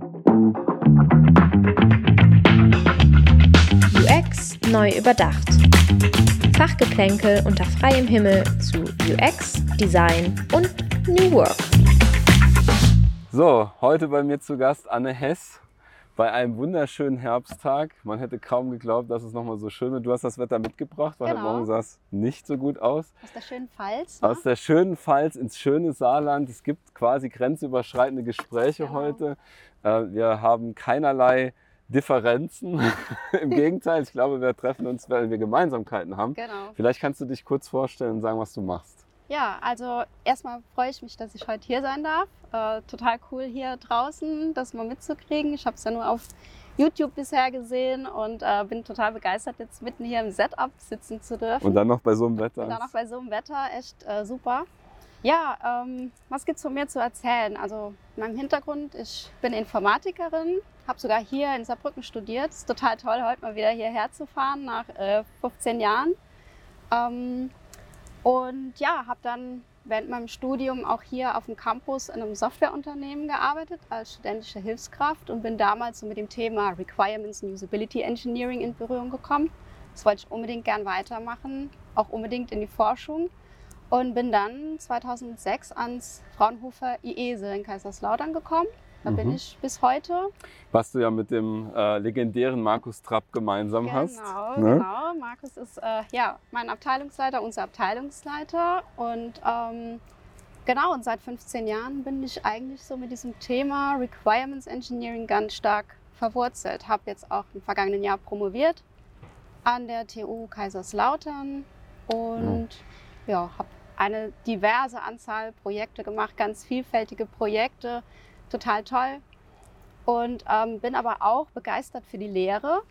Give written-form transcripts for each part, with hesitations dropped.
UX neu überdacht. Fachgeplänkel unter freiem Himmel zu UX, Design und New Work. So, heute bei mir zu Gast Anne Hess bei einem wunderschönen Herbsttag. Man hätte kaum geglaubt, dass es nochmal so schön wird. Du hast das Wetter mitgebracht, weil heute Morgen sah es nicht so gut aus. Aus der schönen Pfalz. Ne? Aus der schönen Pfalz ins schöne Saarland. Es gibt quasi grenzüberschreitende Gespräche heute. Wir haben keinerlei Differenzen. Im Gegenteil, ich glaube, wir treffen uns, weil wir Gemeinsamkeiten haben. Genau. Vielleicht kannst du dich kurz vorstellen und sagen, was du machst. Ja, also erstmal freue ich mich, dass ich heute hier sein darf. Total cool hier draußen, das mal mitzukriegen. Ich habe es ja nur auf YouTube bisher gesehen und bin total begeistert, jetzt mitten hier im Setup sitzen zu dürfen. Und dann noch bei so einem Wetter. Und dann noch bei so einem Wetter, echt super. Ja, was gibt es von mir zu erzählen? Also in meinem Hintergrund, ich bin Informatikerin, habe sogar hier in Saarbrücken studiert. Es ist total toll, heute mal wieder hierher zu fahren nach 15 Jahren. Und ja, habe dann während meinem Studium auch hier auf dem Campus in einem Softwareunternehmen gearbeitet als studentische Hilfskraft und bin damals so mit dem Thema Requirements and Usability Engineering in Berührung gekommen. Das wollte ich unbedingt gern weitermachen, auch unbedingt in die Forschung. Und bin dann 2006 ans Fraunhofer IESE in Kaiserslautern gekommen. Da bin ich bis heute. Was du ja mit dem legendären Markus Trapp gemeinsam hast. Ne? Genau. Markus ist mein Abteilungsleiter, unser Abteilungsleiter. Und und seit 15 Jahren bin ich eigentlich so mit diesem Thema Requirements Engineering ganz stark verwurzelt. Habe jetzt auch im vergangenen Jahr promoviert an der TU Kaiserslautern und habe eine diverse Anzahl Projekte gemacht, ganz vielfältige Projekte, total toll. Und bin aber auch begeistert für die Lehre.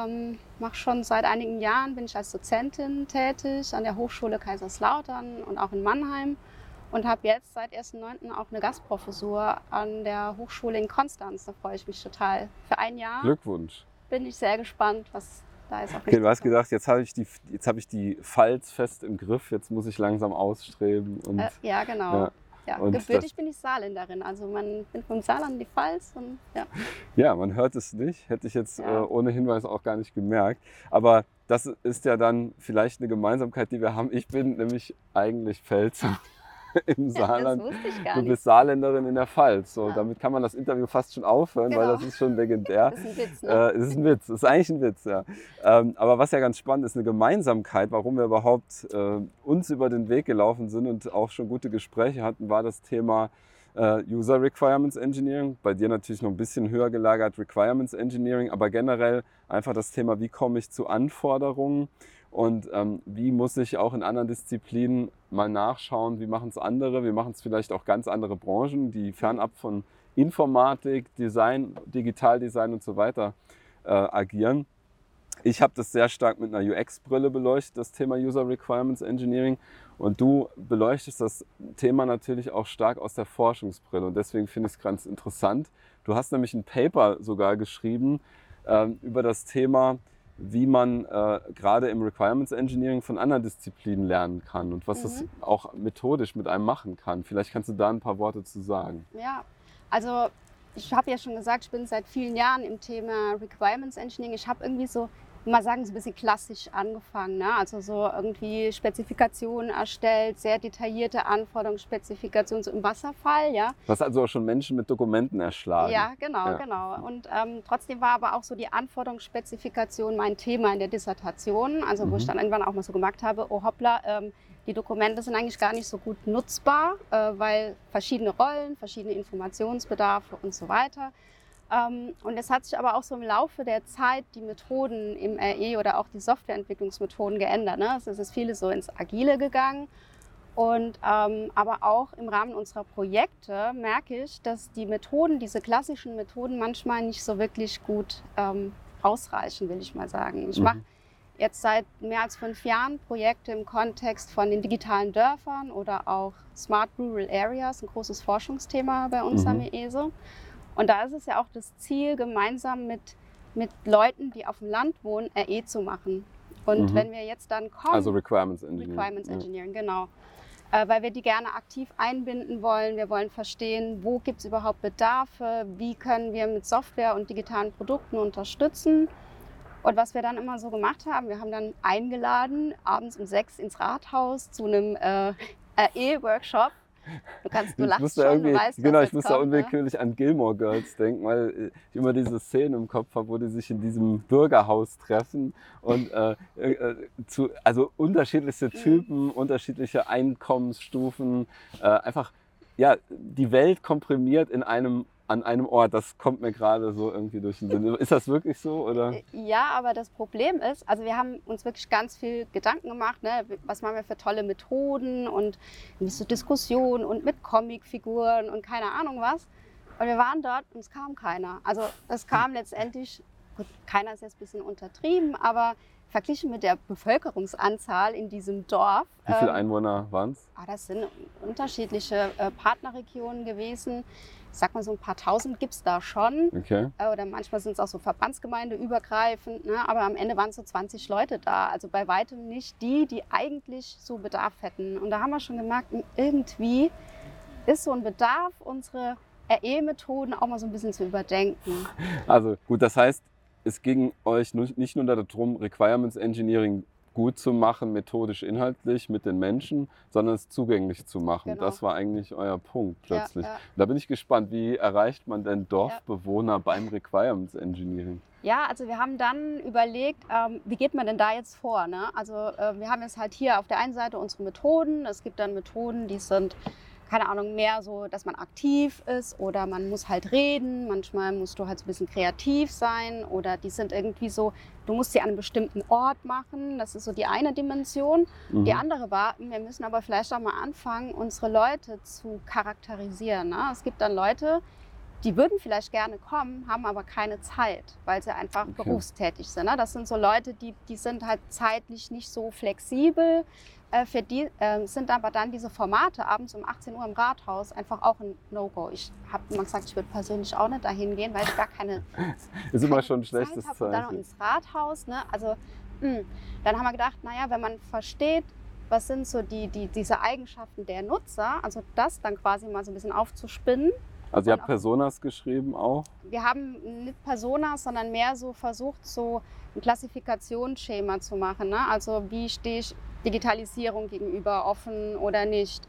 Mache schon seit einigen Jahren, bin ich als Dozentin tätig an der Hochschule Kaiserslautern und auch in Mannheim und habe jetzt seit 1.9. auch eine Gastprofessur an der Hochschule in Konstanz. Da freue ich mich total. Für ein Jahr. Glückwunsch. Bin ich sehr gespannt, was da ist. Okay, du hast gedacht, jetzt habe ich die Pfalz fest im Griff, jetzt muss ich langsam ausstreben. Und, ja, genau. Ja, und gebürtig bin ich Saarländerin, also man bin vom Saarland in die Pfalz. Und, ja, man hört es nicht, hätte ich jetzt ohne Hinweis auch gar nicht gemerkt. Aber das ist ja dann vielleicht eine Gemeinsamkeit, die wir haben. Ich bin nämlich eigentlich Pfälzer im Saarland. Das wusste ich gar Du nicht. bist Saarländerin in der Pfalz. So, damit kann man das Interview fast schon aufhören, weil das ist schon legendär. Das ist ein Witz, ne? Es ist ein Witz, es ist eigentlich ein Witz, ja. Aber was ja ganz spannend ist, eine Gemeinsamkeit, warum wir überhaupt uns über den Weg gelaufen sind und auch schon gute Gespräche hatten, war das Thema User Requirements Engineering. Bei dir natürlich noch ein bisschen höher gelagert Requirements Engineering, aber generell einfach das Thema, wie komme ich zu Anforderungen und wie muss ich auch in anderen Disziplinen mal nachschauen, wie machen es andere, wie machen es vielleicht auch ganz andere Branchen, die fernab von Informatik, Design, Digitaldesign und so weiter agieren. Ich habe das sehr stark mit einer UX-Brille beleuchtet, das Thema User Requirements Engineering. Und du beleuchtest das Thema natürlich auch stark aus der Forschungsbrille. Und deswegen finde ich es ganz interessant. Du hast nämlich ein Paper sogar geschrieben über das Thema, wie man gerade im Requirements Engineering von anderen Disziplinen lernen kann und was das auch methodisch mit einem machen kann. Vielleicht kannst du da ein paar Worte zu sagen. Ja, also ich habe ja schon gesagt, ich bin seit vielen Jahren im Thema Requirements Engineering. Ich habe irgendwie so, mal sagen, so ein bisschen klassisch angefangen. Ne? Also so irgendwie Spezifikationen erstellt, sehr detaillierte Anforderungsspezifikationen, so im Wasserfall. Ja. Du hast also auch schon Menschen mit Dokumenten erschlagen. Ja, genau. Und trotzdem war aber auch so die Anforderungsspezifikation mein Thema in der Dissertation. Also wo ich dann irgendwann auch mal so gemerkt habe, oh hoppla, die Dokumente sind eigentlich gar nicht so gut nutzbar, weil verschiedene Rollen, verschiedene Informationsbedarfe und so weiter. Und es hat sich aber auch so im Laufe der Zeit die Methoden im RE oder auch die Softwareentwicklungsmethoden geändert. Ne? Es ist vieles so ins Agile gegangen. Und aber auch im Rahmen unserer Projekte merke ich, dass die Methoden, diese klassischen Methoden manchmal nicht so wirklich gut ausreichen, will ich mal sagen. Ich mache jetzt seit mehr als 5 Jahren Projekte im Kontext von den digitalen Dörfern oder auch Smart Rural Areas, ein großes Forschungsthema bei uns am IESE. Und da ist es ja auch das Ziel, gemeinsam mit Leuten, die auf dem Land wohnen, RE zu machen. Und wenn wir jetzt dann kommen... Also Requirements Engineering. Requirements Engineering, genau. weil wir die gerne aktiv einbinden wollen. Wir wollen verstehen, wo gibt es überhaupt Bedarfe, wie können wir mit Software und digitalen Produkten unterstützen. Und was wir dann immer so gemacht haben, wir haben dann eingeladen, abends um 6 ins Rathaus zu einem RE-Workshop. Du lachst schon, du weißt, genau, was ich muss jetzt da kommt, ne? unwillkürlich an Gilmore Girls denken, weil ich immer diese Szene im Kopf habe, wo die sich in diesem Bürgerhaus treffen und also unterschiedlichste Typen, unterschiedliche Einkommensstufen, einfach ja, die Welt komprimiert an einem Ort. Das kommt mir gerade so irgendwie durch den Sinn. Ist das wirklich so, oder? Ja, aber das Problem ist, also wir haben uns wirklich ganz viel Gedanken gemacht, ne? Was machen wir für tolle Methoden und so Diskussionen und mit Comicfiguren und keine Ahnung was. Und wir waren dort und es kam keiner. Also es kam letztendlich, gut, keiner ist jetzt ein bisschen untertrieben, aber verglichen mit der Bevölkerungsanzahl in diesem Dorf. Wie viele Einwohner waren es? Das sind unterschiedliche Partnerregionen gewesen. Ich sag mal, so ein paar tausend gibt es da schon. Okay. Oder manchmal sind es auch so verbandsgemeindeübergreifend. Ne? Aber am Ende waren es so 20 Leute da. Also bei weitem nicht die eigentlich so Bedarf hätten. Und da haben wir schon gemerkt, irgendwie ist so ein Bedarf, unsere RE-Methoden auch mal so ein bisschen zu überdenken. Also gut, das heißt, es ging euch nicht nur darum, Requirements Engineering gut zu machen, methodisch, inhaltlich mit den Menschen, sondern es zugänglich zu machen. Genau. Das war eigentlich euer Punkt plötzlich. Ja. Da bin ich gespannt, wie erreicht man denn Dorfbewohner beim Requirements Engineering? Ja, also wir haben dann überlegt, wie geht man denn da jetzt vor? Ne? Also wir haben jetzt halt hier auf der einen Seite unsere Methoden. Es gibt dann Methoden, die sind, keine Ahnung, mehr so, dass man aktiv ist oder man muss halt reden. Manchmal musst du halt so ein bisschen kreativ sein oder die sind irgendwie so, du musst sie an einem bestimmten Ort machen. Das ist so die eine Dimension. Mhm. Die andere war, wir müssen aber vielleicht auch mal anfangen, unsere Leute zu charakterisieren. Ne? Es gibt dann Leute, die würden vielleicht gerne kommen, haben aber keine Zeit, weil sie einfach berufstätig sind. Ne? Das sind so Leute, die sind halt zeitlich nicht so flexibel. Für die sind aber dann diese Formate abends um 18 Uhr im Rathaus einfach auch ein No-Go. Ich habe immer gesagt, ich würde persönlich auch nicht dahin gehen, weil ich gar keine ist immer schon ein schlechtes Zeit habe. Und dann noch Zeichen. ins Rathaus. Ne? Also, dann haben wir gedacht, naja, wenn man versteht, was sind so diese Eigenschaften der Nutzer, also das dann quasi mal so ein bisschen aufzuspinnen. Also ihr habt Personas geschrieben auch? Wir haben nicht Personas, sondern mehr so versucht, so ein Klassifikationsschema zu machen. Ne? Also wie stehe ich Digitalisierung gegenüber, offen oder nicht?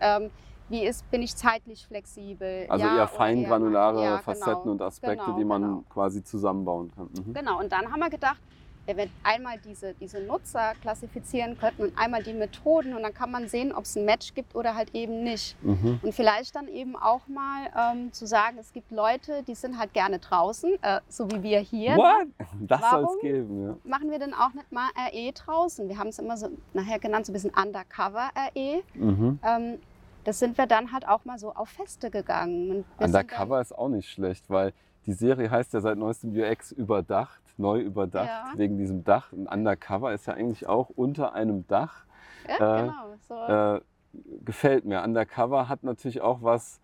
Bin ich zeitlich flexibel? Also ja, eher feingranulare Facetten genau, und Aspekte, die man quasi zusammenbauen kann. Mhm. Genau, und dann haben wir gedacht, wenn wir einmal diese Nutzer klassifizieren könnten und einmal die Methoden und dann kann man sehen, ob es ein Match gibt oder halt eben nicht. Mhm. Und vielleicht dann eben auch mal zu sagen, es gibt Leute, die sind halt gerne draußen, so wie wir hier. What? Das soll Warum es geben, ja. machen wir denn auch nicht mal RE draußen? Wir haben es immer so nachher genannt, so ein bisschen Undercover RE. Mhm. Das sind wir dann halt auch mal so auf Feste gegangen. Und Undercover ist auch nicht schlecht, weil die Serie heißt ja seit neuestem UX überdacht, neu überdacht, wegen diesem Dach. Und Undercover ist ja eigentlich auch unter einem Dach. Ja, genau. So. Gefällt mir. Undercover hat natürlich auch was,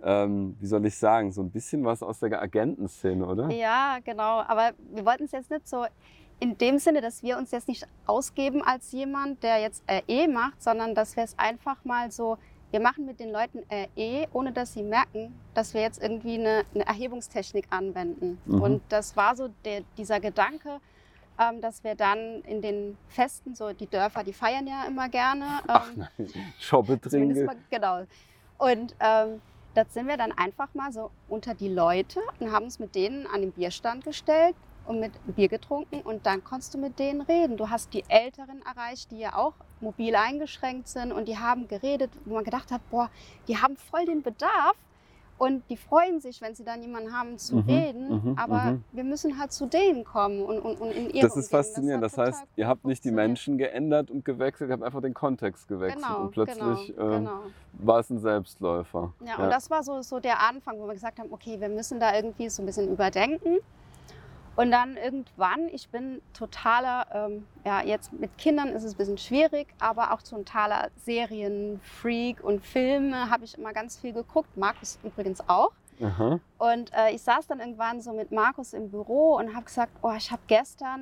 wie soll ich sagen, so ein bisschen was aus der Agentenszene, oder? Ja, genau. Aber wir wollten es jetzt nicht so in dem Sinne, dass wir uns jetzt nicht ausgeben als jemand, der jetzt RE macht, sondern dass wir es einfach mal so, wir machen mit den Leuten RE, ohne dass sie merken, dass wir jetzt irgendwie eine Erhebungstechnik anwenden. Mhm. Und das war so dieser Gedanke, dass wir dann in den Festen, so die Dörfer, die feiern ja immer gerne. Ach nein, Schobbetrinke. Genau. Und da sind wir dann einfach mal so unter die Leute und haben uns mit denen an den Bierstand gestellt und mit Bier getrunken und dann konntest du mit denen reden. Du hast die Älteren erreicht, die ja auch mobil eingeschränkt sind und die haben geredet, wo man gedacht hat, boah, die haben voll den Bedarf und die freuen sich, wenn sie dann jemanden haben zu reden, aber wir müssen halt zu denen kommen und in ihre Das ist faszinierend. Das heißt, ihr habt nicht die Menschen geändert und gewechselt, ihr habt einfach den Kontext gewechselt und plötzlich war es ein Selbstläufer. Ja, und das war so der Anfang, wo wir gesagt haben, okay, wir müssen da irgendwie so ein bisschen überdenken. Und dann irgendwann, ich bin totaler, jetzt mit Kindern ist es ein bisschen schwierig, aber auch totaler Serienfreak und Filme habe ich immer ganz viel geguckt. Markus übrigens auch. Aha. Und ich saß dann irgendwann so mit Markus im Büro und habe gesagt, oh, ich habe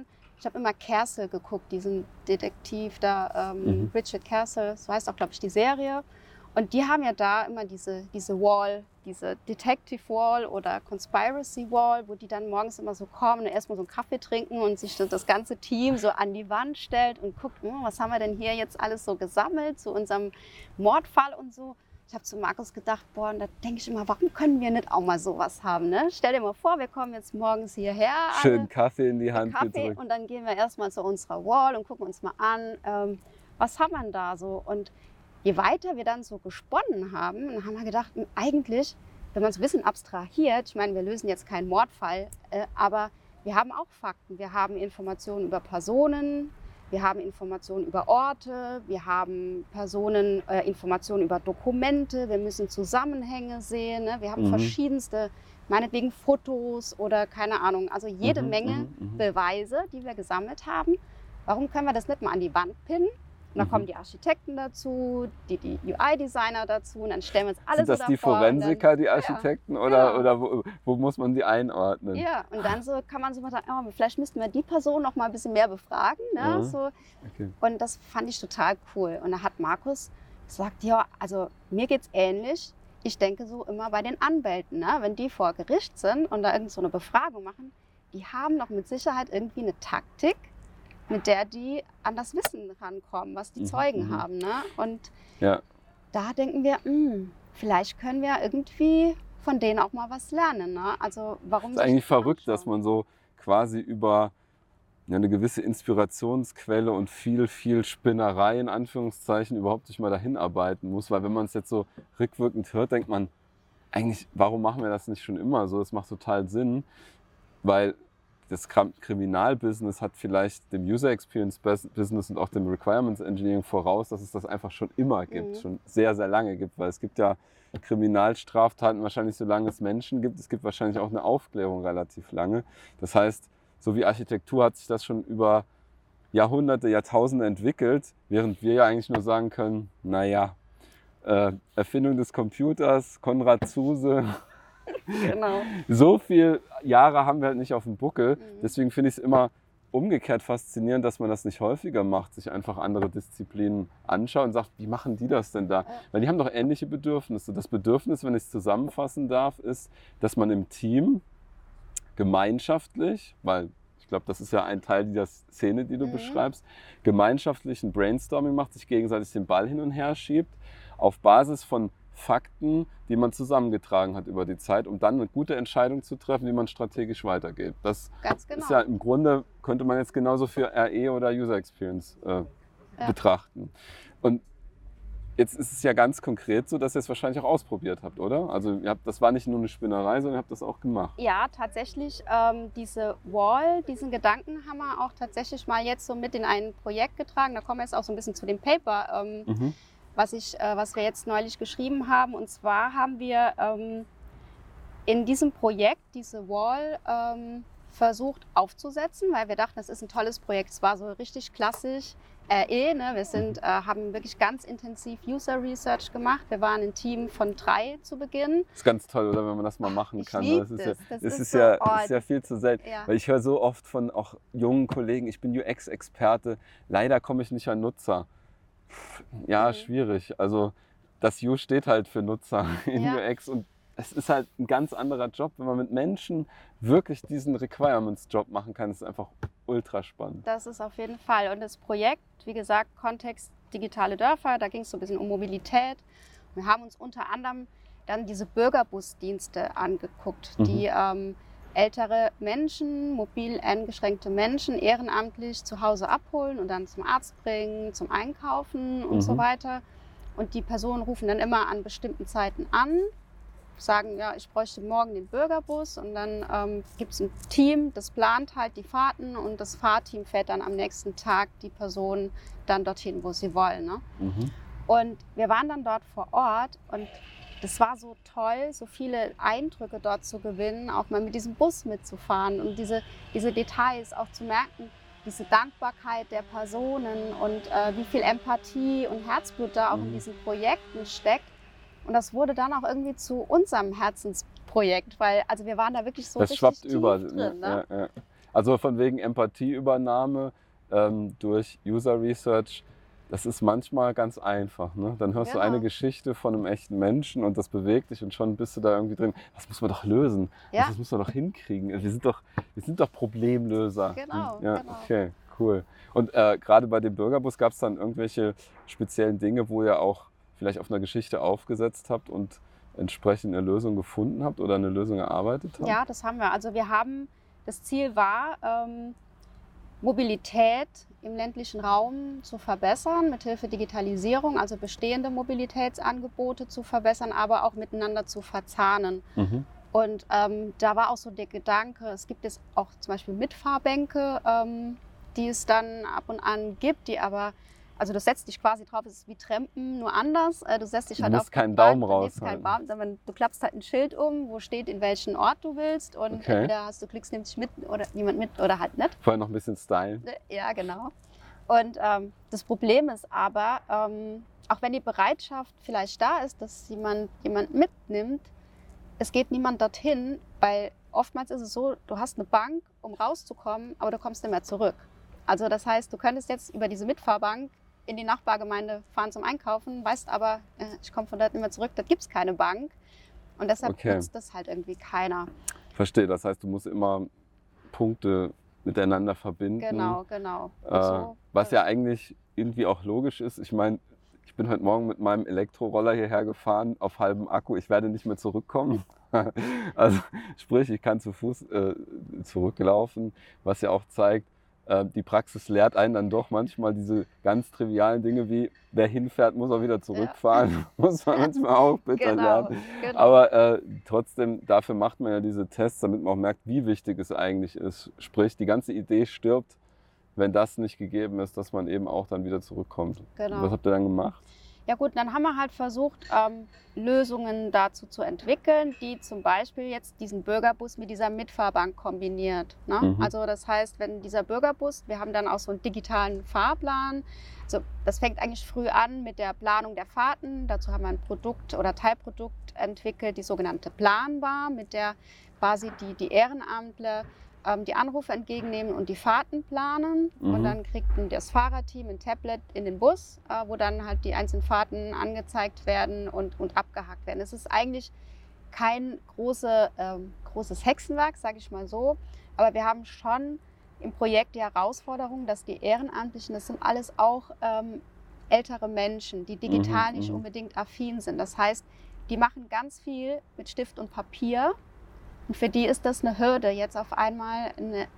immer Castle geguckt, diesen Detektiv da, Richard Castle, so heißt auch, glaube ich, die Serie. Und die haben ja da immer diese Wall, diese Detective Wall oder Conspiracy Wall, wo die dann morgens immer so kommen und erstmal so einen Kaffee trinken und sich das ganze Team so an die Wand stellt und guckt, was haben wir denn hier jetzt alles so gesammelt zu unserem Mordfall und so. Ich habe zu Markus gedacht, boah, und da denke ich immer, warum können wir nicht auch mal sowas haben, ne? Stell dir mal vor, wir kommen jetzt morgens hierher. Schön Kaffee in die Hand gedrückt. Und dann gehen wir erstmal zu unserer Wall und gucken uns mal an, was haben wir denn da so. Und je weiter wir dann so gesponnen haben, dann haben wir gedacht, eigentlich, wenn man es ein bisschen abstrahiert, ich meine, wir lösen jetzt keinen Mordfall, aber wir haben auch Fakten. Wir haben Informationen über Personen, wir haben Informationen über Orte, wir haben Informationen über Dokumente, wir müssen Zusammenhänge sehen, ne? Wir haben verschiedenste, meinetwegen Fotos oder keine Ahnung, also jede Menge Beweise, die wir gesammelt haben. Warum können wir das nicht mal an die Wand pinnen? Und dann kommen die Architekten dazu, die UI-Designer dazu und dann stellen wir uns alles so davor. Sind das die Forensiker, die Architekten, oder wo muss man die einordnen? Ja, und dann so kann man so mal sagen, vielleicht müssten wir die Person noch mal ein bisschen mehr befragen. Ne? So. Okay. Und das fand ich total cool. Und da hat Markus gesagt, ja, also mir geht's ähnlich. Ich denke so immer bei den Anwälten, ne? Wenn die vor Gericht sind und da irgend so eine Befragung machen, die haben doch mit Sicherheit irgendwie eine Taktik, mit der die an das Wissen rankommen, was die Zeugen haben. Ne? Und da denken wir, vielleicht können wir irgendwie von denen auch mal was lernen. Ne? Also warum? Das ist eigentlich verrückt, dass man so quasi über eine gewisse Inspirationsquelle und viel Spinnerei in Anführungszeichen überhaupt nicht mal dahin arbeiten muss. Weil wenn man es jetzt so rückwirkend hört, denkt man, eigentlich, warum machen wir das nicht schon immer so? Das macht total Sinn, weil das Kriminalbusiness hat vielleicht dem User Experience Business und auch dem Requirements Engineering voraus, dass es das einfach schon immer gibt, schon sehr, sehr lange gibt, weil es gibt ja Kriminalstraftaten wahrscheinlich so lange es Menschen gibt. Es gibt wahrscheinlich auch eine Aufklärung relativ lange. Das heißt, so wie Architektur hat sich das schon über Jahrhunderte, Jahrtausende entwickelt, während wir ja eigentlich nur sagen können, naja, Erfindung des Computers, Konrad Zuse. Genau. So viele Jahre haben wir halt nicht auf dem Buckel. Deswegen finde ich es immer umgekehrt faszinierend, dass man das nicht häufiger macht, sich einfach andere Disziplinen anschaut und sagt, wie machen die das denn da? Weil die haben doch ähnliche Bedürfnisse. Das Bedürfnis, wenn ich es zusammenfassen darf, ist, dass man im Team gemeinschaftlich, weil ich glaube, das ist ja ein Teil dieser Szene, die du beschreibst, gemeinschaftlich ein Brainstorming macht, sich gegenseitig den Ball hin und her schiebt, auf Basis von Fakten, die man zusammengetragen hat über die Zeit, um dann eine gute Entscheidung zu treffen, wie man strategisch weitergeht. Das ist ja im Grunde, könnte man jetzt genauso für RE oder User Experience betrachten. Und jetzt ist es ja ganz konkret so, dass ihr es wahrscheinlich auch ausprobiert habt, oder? Also das war nicht nur eine Spinnerei, sondern ihr habt das auch gemacht. Ja, tatsächlich. Diese Wall, diesen Gedanken haben wir auch tatsächlich mal jetzt so mit in ein Projekt getragen. Da kommen wir jetzt auch so ein bisschen zu dem Paper, was wir jetzt neulich geschrieben haben. Und zwar haben wir in diesem Projekt diese Wall versucht aufzusetzen, weil wir dachten, das ist ein tolles Projekt. Es war so richtig klassisch RE. Ne? Wir haben wirklich ganz intensiv User Research gemacht. Wir waren ein Team von 3 zu Beginn. Das ist ganz toll, oder, wenn man das mal machen kann. Das ist ja viel zu selten. Ja. Weil ich höre so oft von auch jungen Kollegen, ich bin UX-Experte, leider komme ich nicht an Nutzer. Ja, schwierig. Also das U steht halt für Nutzer in UX und es ist halt ein ganz anderer Job, wenn man mit Menschen wirklich diesen Requirements-Job machen kann. Das ist einfach ultra spannend. Das ist auf jeden Fall. Und das Projekt, wie gesagt, Kontext digitale Dörfer, da ging es so ein bisschen um Mobilität. Wir haben uns unter anderem dann diese Bürgerbusdienste angeguckt, die ältere Menschen, mobil eingeschränkte Menschen ehrenamtlich zu Hause abholen und dann zum Arzt bringen, zum Einkaufen und so weiter. Und die Personen rufen dann immer an bestimmten Zeiten an, sagen, ja, ich bräuchte morgen den Bürgerbus und dann gibt es ein Team, das plant halt die Fahrten und das Fahrteam fährt dann am nächsten Tag die Person dann dorthin, wo sie wollen. Ne? Und wir waren dann dort vor Ort und das war so toll, so viele Eindrücke dort zu gewinnen, auch mal mit diesem Bus mitzufahren und diese Details auch zu merken, diese Dankbarkeit der Personen und wie viel Empathie und Herzblut da auch in diesen Projekten steckt. Und das wurde dann auch irgendwie zu unserem Herzensprojekt, weil also wir waren da wirklich so das richtig schwappt tief über, drin. Ne? Also von wegen Empathieübernahme durch User Research das ist manchmal ganz einfach. Ne? Dann hörst du Genau. eine Geschichte von einem echten Menschen und das bewegt dich und schon bist du da irgendwie drin. Das muss man doch lösen. Ja. Das muss man doch hinkriegen. Wir sind doch Problemlöser. Genau, Ja, genau. okay, cool. Und gerade bei dem Bürgerbus gab es dann irgendwelche speziellen Dinge, wo ihr auch vielleicht auf einer Geschichte aufgesetzt habt und entsprechend eine Lösung gefunden habt oder eine Lösung erarbeitet habt? Ja, das haben wir. Also das Ziel war, Mobilität im ländlichen Raum zu verbessern, mithilfe Digitalisierung, also bestehende Mobilitätsangebote zu verbessern, aber auch miteinander zu verzahnen. Mhm. Und da war auch so der Gedanke, es gibt jetzt auch zum Beispiel Mitfahrbänke, die es dann ab und an gibt, die aber, also du setzt dich quasi drauf, es ist wie Trampen, nur anders. Du setzt dich Du halt musst auf keinen die Bank, Daumen du legst keinen raushalten. Baum, sondern du klappst halt ein Schild um, wo steht, in welchen Ort du willst. Und Okay. entweder hast du Glücks, nimmt dich mit oder jemand mit oder halt nicht. Vorher noch ein bisschen Style. Ja, genau. Und das Problem ist aber, auch wenn die Bereitschaft vielleicht da ist, dass jemand mitnimmt, es geht niemand dorthin, weil oftmals ist es so, du hast eine Bank, um rauszukommen, aber du kommst nicht mehr zurück. Also das heißt, du könntest jetzt über diese Mitfahrbank in die Nachbargemeinde fahren zum Einkaufen, weißt aber, ich komme von dort nicht mehr zurück, da gibt es keine Bank. Und deshalb Okay. nutzt das halt irgendwie keiner. Verstehe, das heißt, du musst immer Punkte miteinander verbinden. Genau. Und so, Was ja eigentlich irgendwie auch logisch ist. Ich meine, ich bin heute Morgen mit meinem Elektroroller hierher gefahren auf halbem Akku. Ich werde nicht mehr zurückkommen. Also sprich, ich kann zu Fuß zurücklaufen, was ja auch zeigt, die Praxis lehrt einen dann doch manchmal diese ganz trivialen Dinge wie, wer hinfährt, muss auch wieder zurückfahren. Muss man manchmal auch bitter lernen. Genau. Aber trotzdem, dafür macht man ja diese Tests, damit man auch merkt, wie wichtig es eigentlich ist. Sprich, die ganze Idee stirbt, wenn das nicht gegeben ist, dass man eben auch dann wieder zurückkommt. Genau. Was habt ihr dann gemacht? Ja gut, dann haben wir halt versucht, Lösungen dazu zu entwickeln, die zum Beispiel jetzt diesen Bürgerbus mit dieser Mitfahrbank kombiniert. Ne? Mhm. Also das heißt, wenn dieser Bürgerbus, wir haben dann auch so einen digitalen Fahrplan. Also das fängt eigentlich früh an mit der Planung der Fahrten. Dazu haben wir ein Produkt oder Teilprodukt entwickelt, die sogenannte Planbar, mit der quasi die Ehrenamtler die Anrufe entgegennehmen und die Fahrten planen. Mhm. Und dann kriegt das Fahrerteam ein Tablet in den Bus, wo dann halt die einzelnen Fahrten angezeigt werden und abgehakt werden. Es ist eigentlich kein großes Hexenwerk, sage ich mal so. Aber wir haben schon im Projekt die Herausforderung, dass die Ehrenamtlichen, das sind alles auch ältere Menschen, die digital nicht unbedingt affin sind. Das heißt, die machen ganz viel mit Stift und Papier. Und für die ist das eine Hürde, jetzt auf einmal,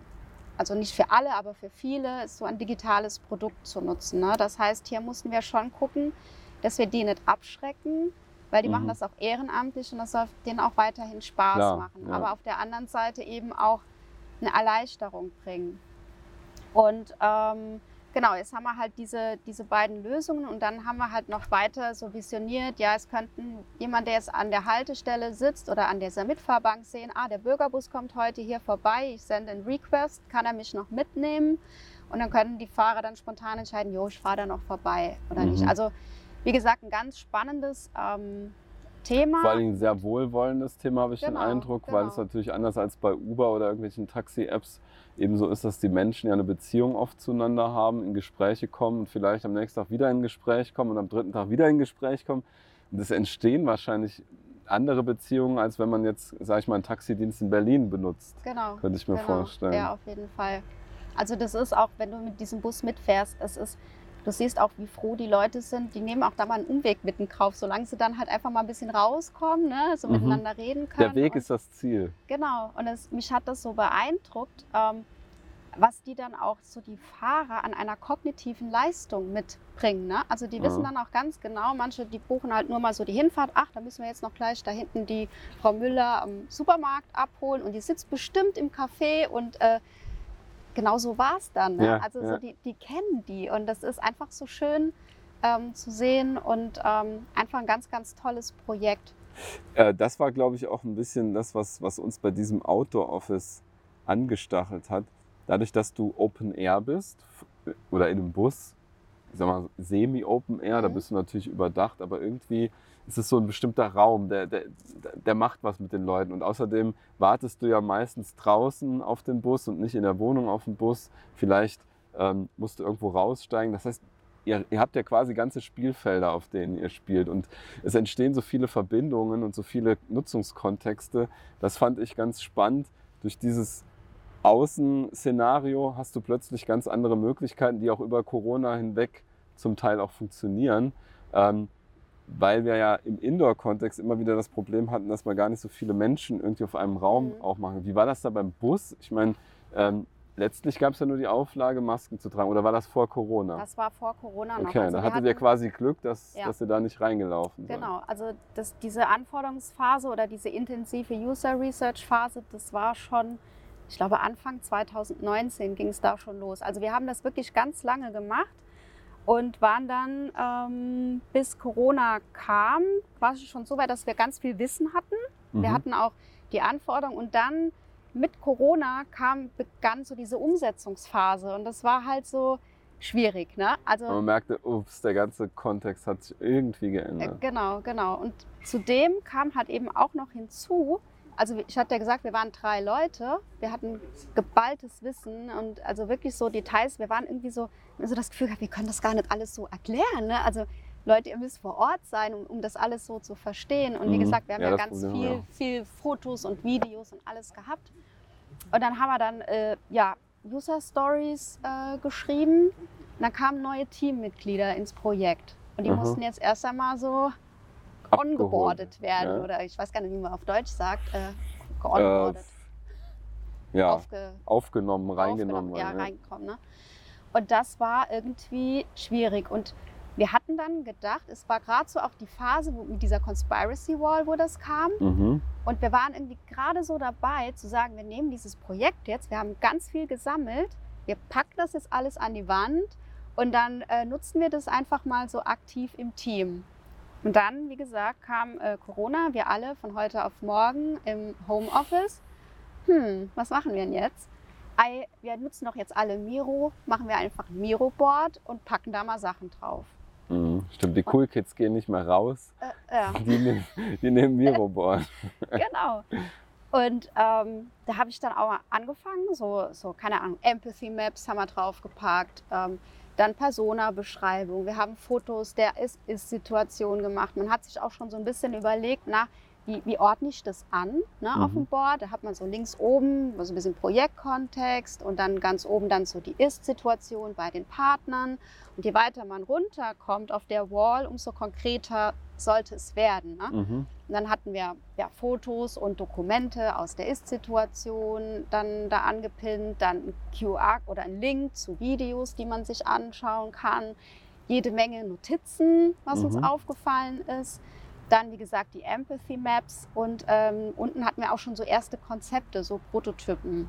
also nicht für alle, aber für viele, so ein digitales Produkt zu nutzen. Ne? Das heißt, hier mussten wir schon gucken, dass wir die nicht abschrecken, weil die machen das auch ehrenamtlich und das soll denen auch weiterhin Spaß machen. Ja. Aber auf der anderen Seite eben auch eine Erleichterung bringen. Und genau, jetzt haben wir halt diese beiden Lösungen und dann haben wir halt noch weiter so visioniert, ja, es könnten jemand, der jetzt an der Haltestelle sitzt oder an dieser Mitfahrbank sehen, der Bürgerbus kommt heute hier vorbei, ich sende einen Request, kann er mich noch mitnehmen? Und dann können die Fahrer dann spontan entscheiden, ich fahre da noch vorbei oder nicht. Also wie gesagt, ein ganz spannendes Thema. Vor allem ein sehr wohlwollendes Thema, habe ich den Genau, Eindruck, weil es natürlich anders als bei Uber oder irgendwelchen Taxi-Apps eben so ist, dass die Menschen ja eine Beziehung oft zueinander haben, in Gespräche kommen und vielleicht am nächsten Tag wieder in ein Gespräch kommen und am dritten Tag wieder in ein Gespräch kommen. Und es entstehen wahrscheinlich andere Beziehungen, als wenn man jetzt, sage ich mal, einen Taxidienst in Berlin benutzt. Genau. Könnte ich mir vorstellen. Ja, auf jeden Fall. Also das ist auch, wenn du mit diesem Bus mitfährst, du siehst auch, wie froh die Leute sind. Die nehmen auch da mal einen Umweg mit in Kauf, solange sie dann halt einfach mal ein bisschen rauskommen, ne? So miteinander reden können. Der Weg ist das Ziel. Genau. Und mich hat das so beeindruckt, was die dann auch so die Fahrer an einer kognitiven Leistung mitbringen. Ne? Also die wissen dann auch ganz genau, manche, die buchen halt nur mal so die Hinfahrt. Da müssen wir jetzt noch gleich da hinten die Frau Müller am Supermarkt abholen und die sitzt bestimmt im Café und genau so war es dann. Ne? Ja, also ja. so die kennen die und das ist einfach so schön zu sehen und einfach ein ganz, ganz tolles Projekt. Das war, glaube ich, auch ein bisschen das, was uns bei diesem Outdoor-Office angestachelt hat. Dadurch, dass du Open Air bist oder in einem Bus, ich sag mal Semi-Open Air, da bist du natürlich überdacht, aber irgendwie ist es so ein bestimmter Raum, der macht was mit den Leuten. Und außerdem wartest du ja meistens draußen auf den Bus und nicht in der Wohnung auf den Bus. Vielleicht musst du irgendwo raussteigen. Das heißt, ihr habt ja quasi ganze Spielfelder, auf denen ihr spielt. Und es entstehen so viele Verbindungen und so viele Nutzungskontexte. Das fand ich ganz spannend. Durch dieses Außenszenario hast du plötzlich ganz andere Möglichkeiten, die auch über Corona hinweg zum Teil auch funktionieren. Weil wir ja im Indoor-Kontext immer wieder das Problem hatten, dass wir gar nicht so viele Menschen irgendwie auf einem Raum auch machen. Wie war das da beim Bus? Ich meine, letztlich gab es ja nur die Auflage, Masken zu tragen. Oder war das vor Corona? Das war vor Corona noch. Okay, Also da hattet ihr quasi Glück, dass ihr da nicht reingelaufen seid. Genau, also diese Anforderungsphase oder diese intensive User-Research-Phase, das war schon, ich glaube Anfang 2019 ging es da schon los. Also wir haben das wirklich ganz lange gemacht und waren dann, bis Corona kam, quasi schon so weit, dass wir ganz viel Wissen hatten. Wir hatten auch die Anforderungen und dann mit Corona begann so diese Umsetzungsphase und das war halt so schwierig. Ne? Also, man merkte, ups, der ganze Kontext hat sich irgendwie geändert. Genau. Und zudem kam halt eben auch noch hinzu, also ich hatte ja gesagt, wir waren 3 Leute, wir hatten geballtes Wissen und also wirklich so Details, wir waren irgendwie so das Gefühl gehabt, wir können das gar nicht alles so erklären. Ne? Also Leute, ihr müsst vor Ort sein, um das alles so zu verstehen. Und wie gesagt, wir haben ja ganz viel Fotos und Videos und alles gehabt. Und dann haben wir dann User Stories geschrieben. Und dann kamen neue Teammitglieder ins Projekt. Und die mussten jetzt erst einmal so ongeboardet werden. Ja. Oder ich weiß gar nicht, wie man auf Deutsch sagt. Geonboardet. Aufgenommen, reingenommen. Reingekommen. Ne? Und das war irgendwie schwierig. Und wir hatten dann gedacht, es war gerade so auch die Phase mit dieser Conspiracy Wall, wo das kam. Und wir waren irgendwie gerade so dabei zu sagen, wir nehmen dieses Projekt jetzt, wir haben ganz viel gesammelt, wir packen das jetzt alles an die Wand und dann nutzen wir das einfach mal so aktiv im Team. Und dann, wie gesagt, kam Corona, wir alle von heute auf morgen im Homeoffice. Was machen wir denn jetzt? Wir nutzen doch jetzt alle Miro, machen wir einfach ein Miro-Board und packen da mal Sachen drauf. Stimmt, die Cool Kids gehen nicht mehr raus, die nehmen Miro-Board. Genau. Und da habe ich dann auch angefangen, so keine Ahnung, Empathy Maps haben wir draufgepackt, dann Persona-Beschreibung, wir haben Fotos der Ist-Situation gemacht. Man hat sich auch schon so ein bisschen überlegt, wie ordne ich das an, ne, auf dem Board? Da hat man so links oben so ein bisschen Projektkontext und dann ganz oben dann so die Ist-Situation bei den Partnern. Und je weiter man runterkommt auf der Wall, umso konkreter sollte es werden. Ne? Und dann hatten wir Fotos und Dokumente aus der Ist-Situation dann da angepinnt, dann ein QR oder ein Link zu Videos, die man sich anschauen kann, jede Menge Notizen, was uns aufgefallen ist. Dann, wie gesagt, die Empathy Maps und unten hatten wir auch schon so erste Konzepte, so Prototypen.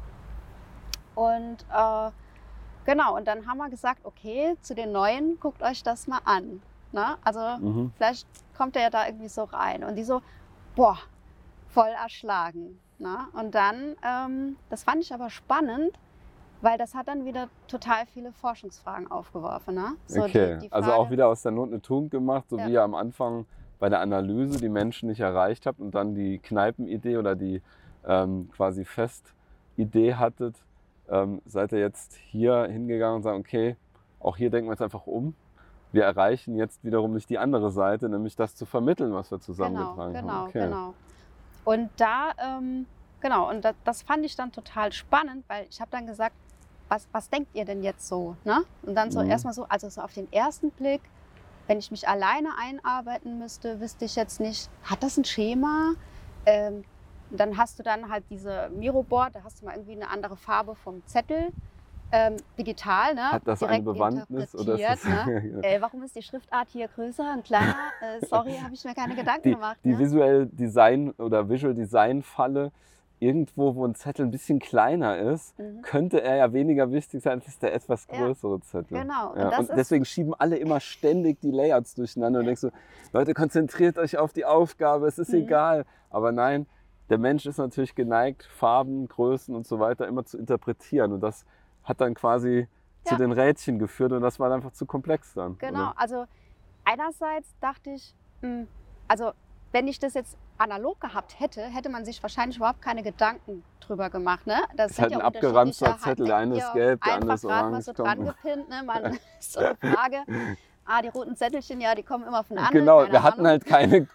Und genau, und dann haben wir gesagt, okay, zu den Neuen, guckt euch das mal an. Ne? Also vielleicht kommt er ja da irgendwie so rein. Und die so, boah, voll erschlagen. Ne? Und dann, das fand ich aber spannend, weil das hat dann wieder total viele Forschungsfragen aufgeworfen. Ne? So okay, die Frage, also auch wieder aus der Not eine Tugend gemacht, so wie ihr am Anfang bei der Analyse die Menschen nicht erreicht habt und dann die Kneipenidee oder die quasi Festidee hattet, seid ihr jetzt hier hingegangen und sagen, okay, auch hier denken wir jetzt einfach um. Wir erreichen jetzt wiederum nicht die andere Seite, nämlich das zu vermitteln, was wir zusammengetragen haben. Genau. Und da, und das fand ich dann total spannend, weil ich habe dann gesagt, was denkt ihr denn jetzt so? Ne? Und dann so erstmal so, also so auf den ersten Blick, wenn ich mich alleine einarbeiten müsste, wüsste ich jetzt nicht, hat das ein Schema? Dann hast du dann halt diese Miro-Board, da hast du mal irgendwie eine andere Farbe vom Zettel, digital, ne? Hat das direkt eine Bewandtnis? Oder ist das, ne? Warum ist die Schriftart hier größer und kleiner? Sorry, habe ich mir keine Gedanken gemacht. Die ne? Visual Design oder Visual Design Falle, irgendwo, wo ein Zettel ein bisschen kleiner ist, könnte er ja weniger wichtig sein als der etwas größere Zettel. Genau. Ja. Und deswegen schieben alle immer ständig die Layouts durcheinander und denkst so, Leute, konzentriert euch auf die Aufgabe, es ist egal. Aber nein, der Mensch ist natürlich geneigt, Farben, Größen und so weiter immer zu interpretieren. Und das hat dann quasi zu den Rädchen geführt und das war einfach zu komplex dann. Genau, oder? also einerseits dachte ich, also wenn ich das jetzt analog gehabt hätte, hätte man sich wahrscheinlich überhaupt keine Gedanken drüber gemacht. Ne? Das ist halt ein abgeranzter Zettel, der eine ist gelb, der andere ist orange. Einfach so dran gepinnt, ne? Man ist so eine Frage. Die roten Zettelchen, ja, die kommen immer von anderen. Genau, wir hatten halt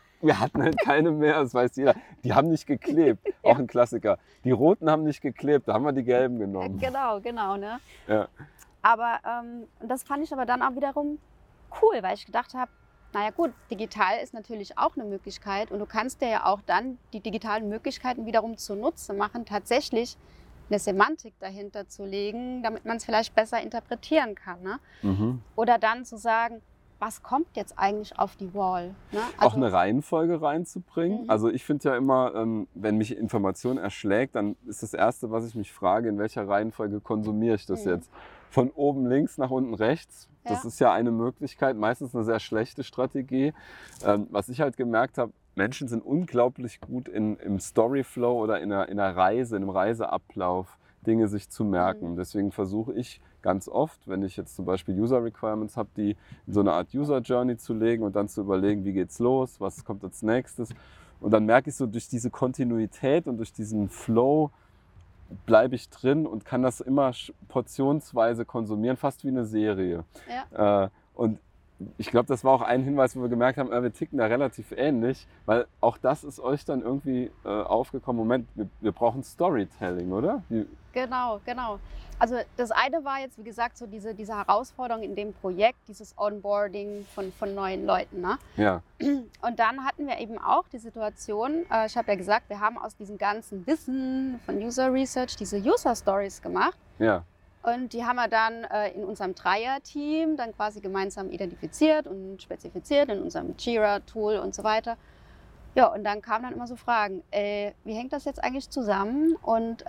keine mehr, das weiß jeder. Die haben nicht geklebt, auch ein Klassiker. Die roten haben nicht geklebt, da haben wir die gelben genommen. Genau, ne? Ja. Aber das fand ich aber dann auch wiederum cool, weil ich gedacht habe, naja gut, digital ist natürlich auch eine Möglichkeit und du kannst dir ja auch dann die digitalen Möglichkeiten wiederum zunutze machen, tatsächlich eine Semantik dahinter zu legen, damit man es vielleicht besser interpretieren kann. Ne? Mhm. Oder dann zu sagen, was kommt jetzt eigentlich auf die Wall? Ne? Auch eine Reihenfolge reinzubringen. Mhm. Also ich finde ja immer, wenn mich Information erschlägt, dann ist das Erste, was ich mich frage, in welcher Reihenfolge konsumiere ich das jetzt? Von oben links nach unten rechts. Das ist ja eine Möglichkeit, meistens eine sehr schlechte Strategie. Was ich halt gemerkt habe, Menschen sind unglaublich gut im Storyflow oder in einer Reise, in einem Reiseablauf, Dinge sich zu merken. Deswegen versuche ich ganz oft, wenn ich jetzt zum Beispiel User Requirements habe, die in so eine Art User Journey zu legen und dann zu überlegen, wie geht's los, was kommt als nächstes. Und dann merke ich so, durch diese Kontinuität und durch diesen Flow bleibe ich drin und kann das immer portionsweise konsumieren, fast wie eine Serie. Ja. Und ich glaube, das war auch ein Hinweis, wo wir gemerkt haben, wir ticken da relativ ähnlich, weil auch das ist euch dann irgendwie aufgekommen, Moment, wir brauchen Storytelling, oder? Genau. Also das eine war jetzt, wie gesagt, so diese Herausforderung in dem Projekt, dieses Onboarding von neuen Leuten. Ne? Ja. Und dann hatten wir eben auch die Situation, ich habe ja gesagt, wir haben aus diesem ganzen Wissen von User Research diese User Stories gemacht. Ja. Und die haben wir dann in unserem Dreier-Team dann quasi gemeinsam identifiziert und spezifiziert in unserem Jira-Tool und so weiter. Ja, und dann kamen dann immer so Fragen, wie hängt das jetzt eigentlich zusammen? Und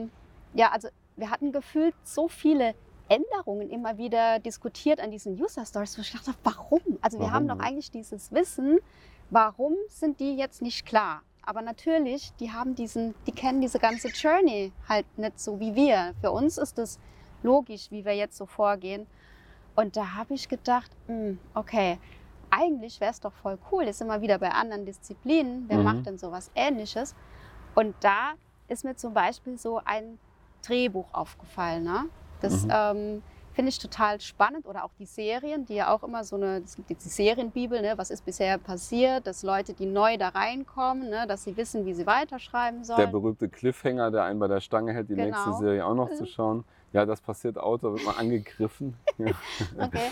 also wir hatten gefühlt so viele Änderungen immer wieder diskutiert an diesen User-Stories, wo ich dachte, warum? Also wir haben doch eigentlich dieses Wissen, warum sind die jetzt nicht klar? Aber natürlich, die kennen diese ganze Journey halt nicht so wie wir. Für uns ist es logisch, wie wir jetzt so vorgehen. Und da habe ich gedacht, okay, eigentlich wäre es doch voll cool, ist immer wieder bei anderen Disziplinen, wer macht denn sowas Ähnliches? Und da ist mir zum Beispiel so ein Drehbuch aufgefallen. Ne? Das finde ich total spannend. Oder auch die Serien, die ja auch immer es gibt jetzt die Serienbibel, ne? Was ist bisher passiert, dass Leute, die neu da reinkommen, ne? Dass sie wissen, wie sie weiterschreiben sollen. Der berühmte Cliffhanger, der einen bei der Stange hält, die nächste Serie auch noch zu schauen. Ja, das passiert auch, da wird man angegriffen. Ja. Okay.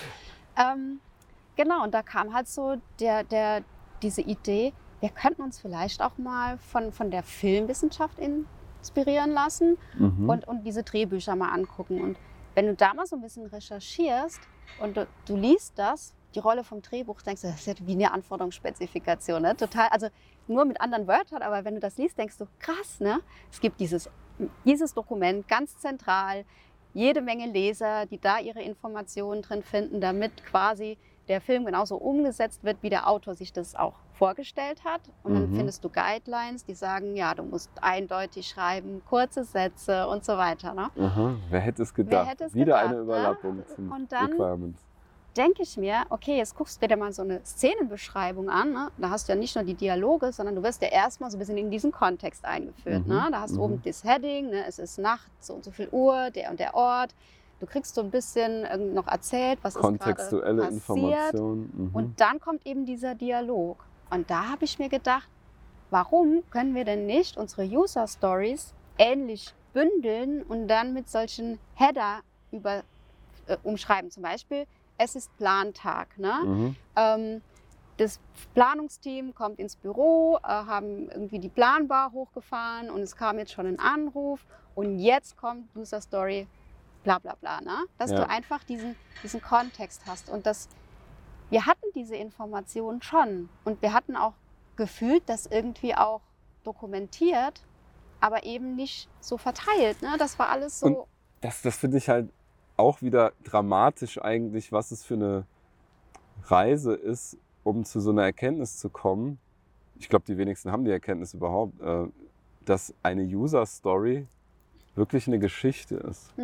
Genau, und da kam halt so diese Idee, wir könnten uns vielleicht auch mal von der Filmwissenschaft inspirieren lassen und diese Drehbücher mal angucken. Und wenn du da mal so ein bisschen recherchierst und du liest das, die Rolle vom Drehbuch, denkst du, das ist ja wie eine Anforderungsspezifikation. Ne? Total, also nur mit anderen Wörtern, aber wenn du das liest, denkst du, krass, ne? Es gibt dieses Dokument ganz zentral, jede Menge Leser, die da ihre Informationen drin finden, damit quasi der Film genauso umgesetzt wird, wie der Autor sich das auch vorgestellt hat. Und dann findest du Guidelines, die sagen, ja, du musst eindeutig schreiben, kurze Sätze und so weiter. Ne? Aha, wer hätte es gedacht? Wieder eine Überlappung zum und dann Requirements. Denke ich mir, okay, jetzt guckst du dir mal so eine Szenenbeschreibung an. Ne? Da hast du ja nicht nur die Dialoge, sondern du wirst ja erstmal so ein bisschen in diesen Kontext eingeführt. Ne? Da hast du oben das Heading, ne? Es ist Nacht, so und so viel Uhr, der und der Ort. Du kriegst so ein bisschen noch erzählt, was ist gerade passiert. Kontextuelle Informationen. Und dann kommt eben dieser Dialog. Und da habe ich mir gedacht, warum können wir denn nicht unsere User Stories ähnlich bündeln und dann mit solchen Header umschreiben? Zum Beispiel, es ist Plantag. Ne? Das Planungsteam kommt ins Büro, haben irgendwie die Planbar hochgefahren und es kam jetzt schon ein Anruf und jetzt kommt User Story, bla bla bla. Ne? Dass du einfach diesen Kontext hast. Und wir hatten diese Informationen schon und wir hatten auch gefühlt das irgendwie auch dokumentiert, aber eben nicht so verteilt. Ne? Das war alles so. Und das finde ich halt auch wieder dramatisch eigentlich, was es für eine Reise ist, um zu so einer Erkenntnis zu kommen. Ich glaube, die wenigsten haben die Erkenntnis überhaupt, dass eine User-Story wirklich eine Geschichte ist.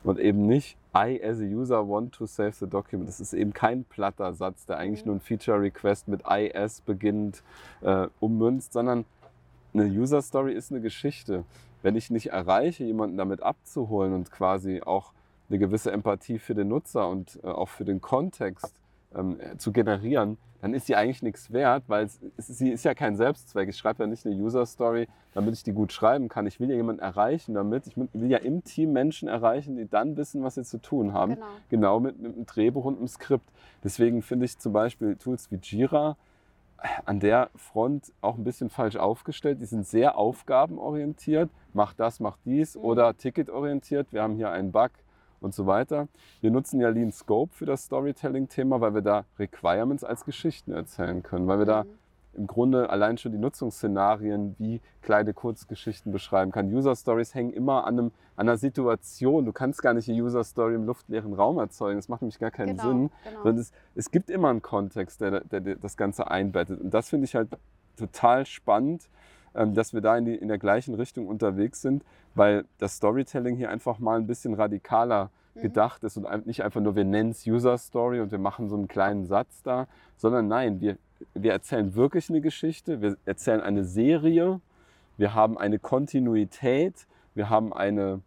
und eben nicht I as a user want to save the document. Das ist eben kein platter Satz, der eigentlich nur ein Feature-Request mit IS beginnt, ummünzt, sondern eine User-Story ist eine Geschichte. Wenn ich nicht erreiche, jemanden damit abzuholen und quasi auch eine gewisse Empathie für den Nutzer und auch für den Kontext zu generieren, dann ist sie eigentlich nichts wert, weil sie ist ja kein Selbstzweck. Ich schreibe ja nicht eine User-Story, damit ich die gut schreiben kann. Ich will ja jemanden erreichen damit. Ich will ja im Team Menschen erreichen, die dann wissen, was sie zu tun haben. Genau mit einem Drehbuch und einem Skript. Deswegen finde ich zum Beispiel Tools wie Jira an der Front auch ein bisschen falsch aufgestellt. Die sind sehr aufgabenorientiert. Mach das, mach dies oder ticketorientiert. Wir haben hier einen Bug und so weiter. Wir nutzen ja Lean Scope für das Storytelling-Thema, weil wir da Requirements als Geschichten erzählen können, weil wir da im Grunde allein schon die Nutzungsszenarien wie kleine Kurzgeschichten beschreiben kann. User-Stories hängen immer an einer Situation. Du kannst gar nicht eine User-Story im luftleeren Raum erzeugen. Das macht nämlich gar keinen Sinn. Sondern es gibt immer einen Kontext, der das Ganze einbettet. Und das finde ich halt total spannend, dass wir da in der gleichen Richtung unterwegs sind, weil das Storytelling hier einfach mal ein bisschen radikaler gedacht ist und nicht einfach nur, wir nennen es User Story und wir machen so einen kleinen Satz da, sondern nein, wir erzählen wirklich eine Geschichte, wir erzählen eine Serie, wir haben eine Kontinuität, wir haben eine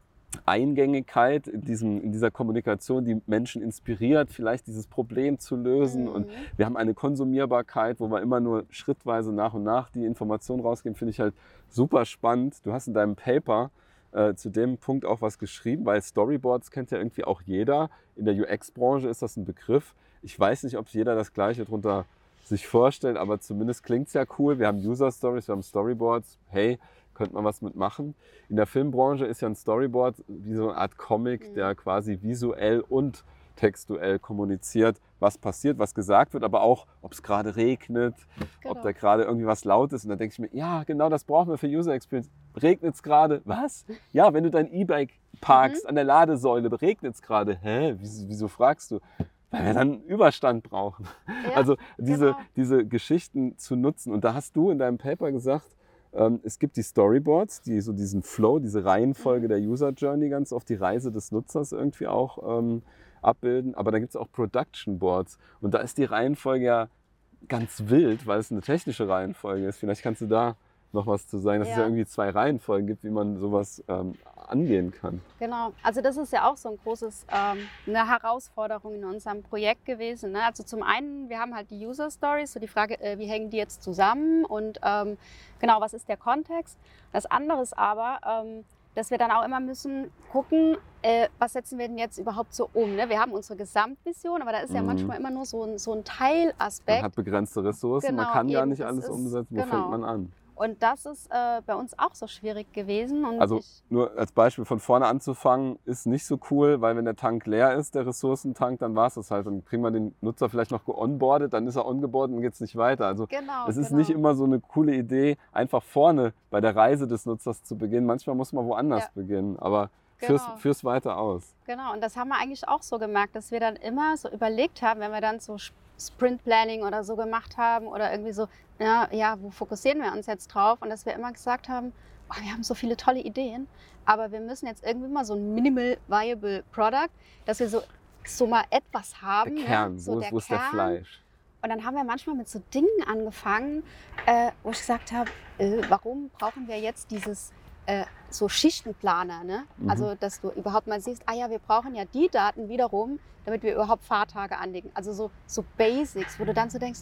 Eingängigkeit in dieser Kommunikation, die Menschen inspiriert, vielleicht dieses Problem zu lösen. Und wir haben eine Konsumierbarkeit, wo wir immer nur schrittweise nach und nach die Informationen rausgeben, finde ich halt super spannend. Du hast in deinem Paper zu dem Punkt auch was geschrieben, weil Storyboards kennt ja irgendwie auch jeder. In der UX-Branche ist das ein Begriff. Ich weiß nicht, ob jeder das Gleiche drunter sich vorstellt, aber zumindest klingt es ja cool. Wir haben User-Stories, wir haben Storyboards. Hey, könnte man was mitmachen. In der Filmbranche ist ja ein Storyboard wie so eine Art Comic, der quasi visuell und textuell kommuniziert, was passiert, was gesagt wird, aber auch, ob es gerade regnet, ob da gerade irgendwie was laut ist. Und dann denke ich mir, ja, genau das brauchen wir für User Experience. Regnet es gerade? Was? Ja, wenn du dein E-Bike parkst an der Ladesäule, regnet es gerade. Hä? Wieso fragst du? Weil wir dann einen Überstand brauchen. Ja, also diese Geschichten zu nutzen. Und da hast du in deinem Paper gesagt, es gibt die Storyboards, die so diesen Flow, diese Reihenfolge der User Journey ganz oft die Reise des Nutzers irgendwie auch abbilden. Aber da gibt es auch Production Boards. Und da ist die Reihenfolge ja ganz wild, weil es eine technische Reihenfolge ist. Vielleicht kannst du da noch was zu sagen, dass es ja irgendwie 2 Reihenfolgen gibt, wie man sowas angehen kann. Genau, also das ist ja auch so ein großes, eine Herausforderung in unserem Projekt gewesen. Ne? Also zum einen, wir haben halt die User Stories, so die Frage, wie hängen die jetzt zusammen und genau, was ist der Kontext? Das andere ist aber, dass wir dann auch immer müssen gucken, was setzen wir denn jetzt überhaupt so um. Ne? Wir haben unsere Gesamtvision, aber da ist ja manchmal immer nur so ein Teilaspekt. Man hat begrenzte Ressourcen, man kann gar nicht alles umsetzen. Wo fängt man an? Und das ist bei uns auch so schwierig gewesen. Und also nur als Beispiel, von vorne anzufangen, ist nicht so cool, weil wenn der Tank leer ist, der Ressourcentank, dann war es das halt. Dann kriegen wir den Nutzer vielleicht noch geonboardet, dann ist er ongeboardet und geht es nicht weiter. Also es ist nicht immer so eine coole Idee, einfach vorne bei der Reise des Nutzers zu beginnen. Manchmal muss man woanders beginnen, aber fürs weiter aus. Genau, und das haben wir eigentlich auch so gemerkt, dass wir dann immer so überlegt haben, wenn wir dann so Sprint Planning oder so gemacht haben oder irgendwie so, ja, wo fokussieren wir uns jetzt drauf? Und dass wir immer gesagt haben, oh, wir haben so viele tolle Ideen, aber wir müssen jetzt irgendwie mal so ein Minimal Viable Product, dass wir so mal etwas haben. Der Kern, so wo ist der Fleisch? Und dann haben wir manchmal mit so Dingen angefangen, wo ich gesagt habe, warum brauchen wir jetzt dieses so Schichtenplaner, ne? Also, dass du überhaupt mal siehst, wir brauchen ja die Daten wiederum, damit wir überhaupt Fahrtage anlegen. Also so Basics, wo du dann so denkst,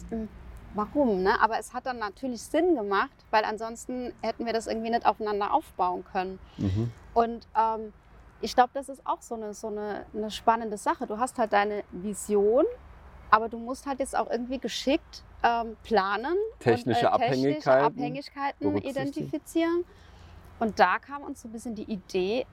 warum? Ne? Aber es hat dann natürlich Sinn gemacht, weil ansonsten hätten wir das irgendwie nicht aufeinander aufbauen können. Und ich glaube, das ist auch so eine spannende Sache. Du hast halt deine Vision, aber du musst halt jetzt auch irgendwie geschickt planen. Technische Abhängigkeiten identifizieren. Und da kam uns so ein bisschen die Idee,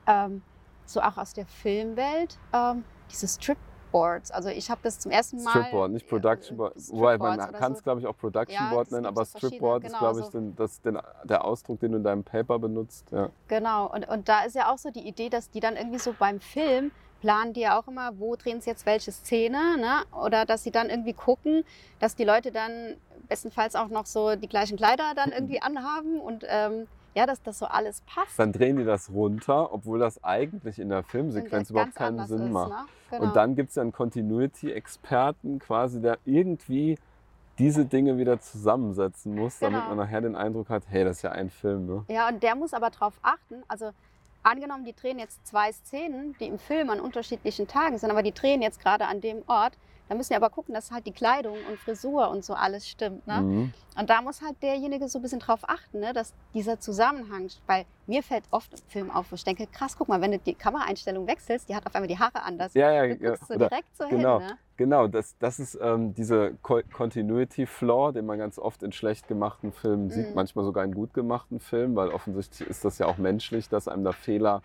so auch aus der Filmwelt, diese Stripboards. Also ich habe das zum ersten Mal... Stripboard, nicht Production Board. Wobei man kann es, glaube ich, auch Production Board nennen, aber Stripboard ist, glaube ich, der Ausdruck, den du in deinem Paper benutzt. Ja. Genau, und da ist ja auch so die Idee, dass die dann irgendwie so beim Film planen die ja auch immer, wo drehen sie jetzt welche Szene, ne? Oder dass sie dann irgendwie gucken, dass die Leute dann bestenfalls auch noch so die gleichen Kleider dann irgendwie anhaben und dass das so alles passt. Dann drehen die das runter, obwohl das eigentlich in der Filmsequenz überhaupt keinen Sinn macht. Ne? Genau. Und dann gibt es ja einen Continuity-Experten quasi, der irgendwie diese Dinge wieder zusammensetzen muss, damit man nachher den Eindruck hat, hey, das ist ja ein Film. Ne? Ja, und der muss aber darauf achten, also angenommen, die drehen jetzt 2 Szenen, die im Film an unterschiedlichen Tagen sind, aber die drehen jetzt gerade an dem Ort, da müssen wir aber gucken, dass halt die Kleidung und Frisur und so alles stimmt. Ne? Mhm. Und da muss halt derjenige so ein bisschen drauf achten, ne, dass dieser Zusammenhang, weil mir fällt oft im Film auf, wo ich denke, krass, guck mal, wenn du die Kameraeinstellung wechselst, die hat auf einmal die Haare anders. Ja, du guckst so direkt so genau, hin. Ne? Genau, das ist diese Continuity-Flaw, den man ganz oft in schlecht gemachten Filmen sieht, manchmal sogar in gut gemachten Filmen, weil offensichtlich ist das ja auch menschlich, dass einem da Fehler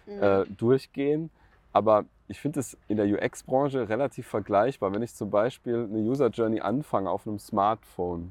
durchgehen. Aber ich finde es in der UX-Branche relativ vergleichbar. Wenn ich zum Beispiel eine User Journey anfange auf einem Smartphone,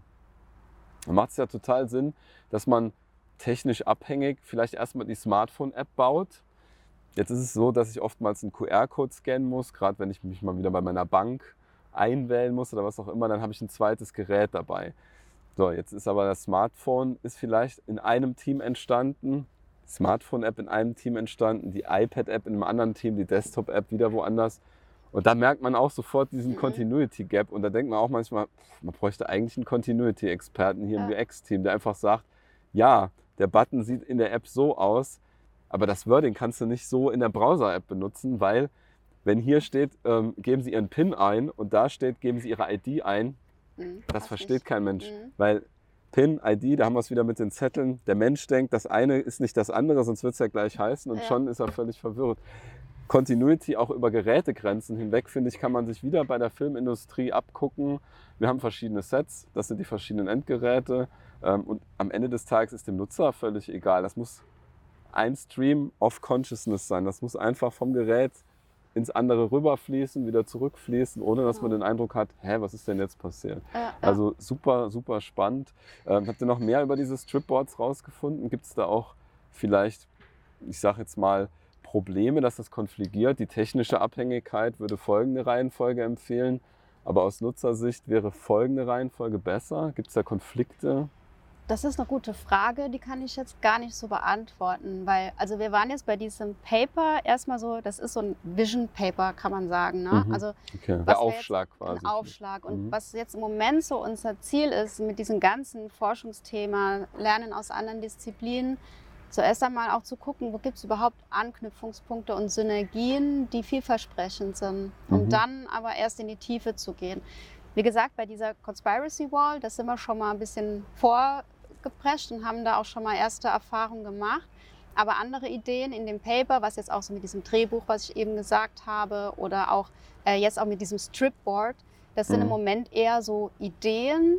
dann macht es ja total Sinn, dass man technisch abhängig vielleicht erstmal die Smartphone-App baut. Jetzt ist es so, dass ich oftmals einen QR-Code scannen muss, gerade wenn ich mich mal wieder bei meiner Bank einwählen muss oder was auch immer, dann habe ich ein zweites Gerät dabei. So, jetzt ist aber das Smartphone ist vielleicht in einem Team entstanden, die Smartphone-App in einem Team entstanden, die iPad-App in einem anderen Team, die Desktop-App wieder woanders. Und da merkt man auch sofort diesen Continuity-Gap. Und da denkt man auch manchmal, man bräuchte eigentlich einen Continuity-Experten hier im UX-Team, der einfach sagt, ja, der Button sieht in der App so aus, aber das Wording kannst du nicht so in der Browser-App benutzen, weil wenn hier steht, geben Sie Ihren PIN ein und da steht, geben Sie Ihre ID ein, das versteht kein Mensch. Weil PIN, ID, da haben wir es wieder mit den Zetteln. Der Mensch denkt, das eine ist nicht das andere, sonst wird es ja gleich heißen und schon ist er völlig verwirrt. Continuity auch über Gerätegrenzen hinweg, finde ich, kann man sich wieder bei der Filmindustrie abgucken. Wir haben verschiedene Sets, das sind die verschiedenen Endgeräte und am Ende des Tages ist dem Nutzer völlig egal. Das muss ein Stream of Consciousness sein. Das muss einfach vom Gerät ins andere rüberfließen, wieder zurückfließen, ohne dass man den Eindruck hat, hä, was ist denn jetzt passiert? Also super, super spannend. Habt ihr noch mehr über diese Stripboards rausgefunden? Gibt es da auch vielleicht, ich sage jetzt mal, Probleme, dass das konfligiert? Die technische Abhängigkeit würde folgende Reihenfolge empfehlen, aber aus Nutzersicht wäre folgende Reihenfolge besser. Gibt es da Konflikte? Das ist eine gute Frage, die kann ich jetzt gar nicht so beantworten, weil, also wir waren jetzt bei diesem Paper erstmal so, das ist so ein Vision Paper, kann man sagen. Ne? Also der Aufschlag quasi. Ein Aufschlag. Und was jetzt im Moment so unser Ziel ist, mit diesem ganzen Forschungsthema, Lernen aus anderen Disziplinen, zuerst einmal auch zu gucken, wo gibt es überhaupt Anknüpfungspunkte und Synergien, die vielversprechend sind, um dann aber erst in die Tiefe zu gehen. Wie gesagt, bei dieser Conspiracy Wall, das sind wir schon mal ein bisschen vorgeprescht und haben da auch schon mal erste Erfahrungen gemacht. Aber andere Ideen in dem Paper, was jetzt auch so mit diesem Drehbuch, was ich eben gesagt habe, oder auch jetzt auch mit diesem Stripboard, das sind im Moment eher so Ideen,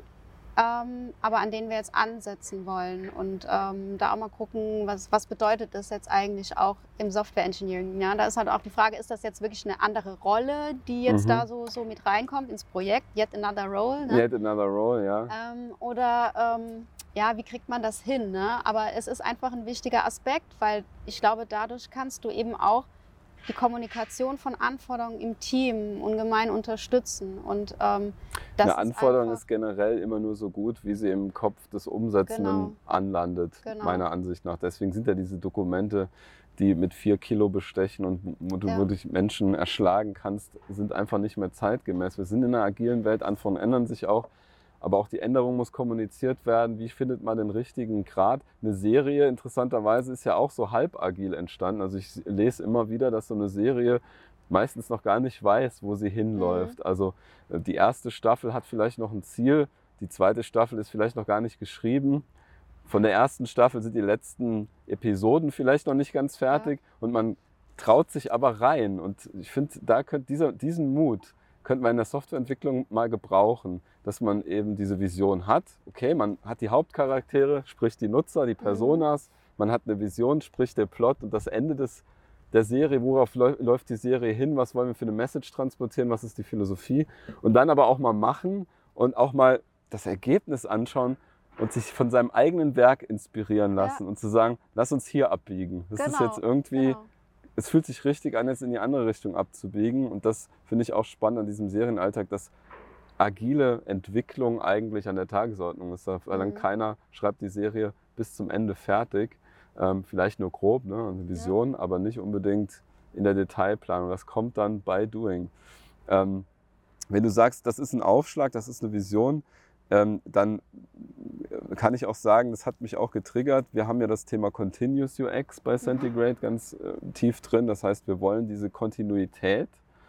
aber an denen wir jetzt ansetzen wollen und da auch mal gucken, was bedeutet das jetzt eigentlich auch im Software Engineering. Ja? Da ist halt auch die Frage, ist das jetzt wirklich eine andere Rolle, die jetzt da so mit reinkommt ins Projekt, yet another role. Ne? Yet another role, ja. Oder wie kriegt man das hin? Ne? Aber es ist einfach ein wichtiger Aspekt, weil ich glaube, dadurch kannst du eben auch die Kommunikation von Anforderungen im Team ungemein unterstützen. Und, eine Anforderung ist generell immer nur so gut, wie sie im Kopf des Umsetzenden anlandet, meiner Ansicht nach. Deswegen sind ja diese Dokumente, die mit 4 Kilo bestechen und wo du wirklich Menschen erschlagen kannst, sind einfach nicht mehr zeitgemäß. Wir sind in einer agilen Welt, Anforderungen ändern sich auch. Aber auch die Änderung muss kommuniziert werden. Wie findet man den richtigen Grad? Eine Serie, interessanterweise, ist ja auch so halb agil entstanden. Also ich lese immer wieder, dass so eine Serie meistens noch gar nicht weiß, wo sie hinläuft. Also die erste Staffel hat vielleicht noch ein Ziel, die zweite Staffel ist vielleicht noch gar nicht geschrieben. Von der ersten Staffel sind die letzten Episoden vielleicht noch nicht ganz fertig und man traut sich aber rein. Und ich finde, da könnte diesen Mut könnte man in der Softwareentwicklung mal gebrauchen, dass man eben diese Vision hat. Okay, man hat die Hauptcharaktere, sprich die Nutzer, die Personas, man hat eine Vision, sprich der Plot und das Ende der Serie, worauf läuft die Serie hin, was wollen wir für eine Message transportieren, was ist die Philosophie und dann aber auch mal machen und auch mal das Ergebnis anschauen und sich von seinem eigenen Werk inspirieren lassen und zu sagen, lass uns hier abbiegen. Das ist jetzt irgendwie... Es fühlt sich richtig an, jetzt in die andere Richtung abzubiegen. Und das finde ich auch spannend an diesem Serienalltag, dass agile Entwicklung eigentlich an der Tagesordnung ist. Weil dann keiner schreibt die Serie bis zum Ende fertig. Vielleicht nur grob, ne, eine Vision, aber nicht unbedingt in der Detailplanung. Das kommt dann by doing. Wenn du sagst, das ist ein Aufschlag, das ist eine Vision, dann kann ich auch sagen, das hat mich auch getriggert. Wir haben ja das Thema Continuous UX bei Centigrade ganz tief drin. Das heißt, wir wollen diese Kontinuität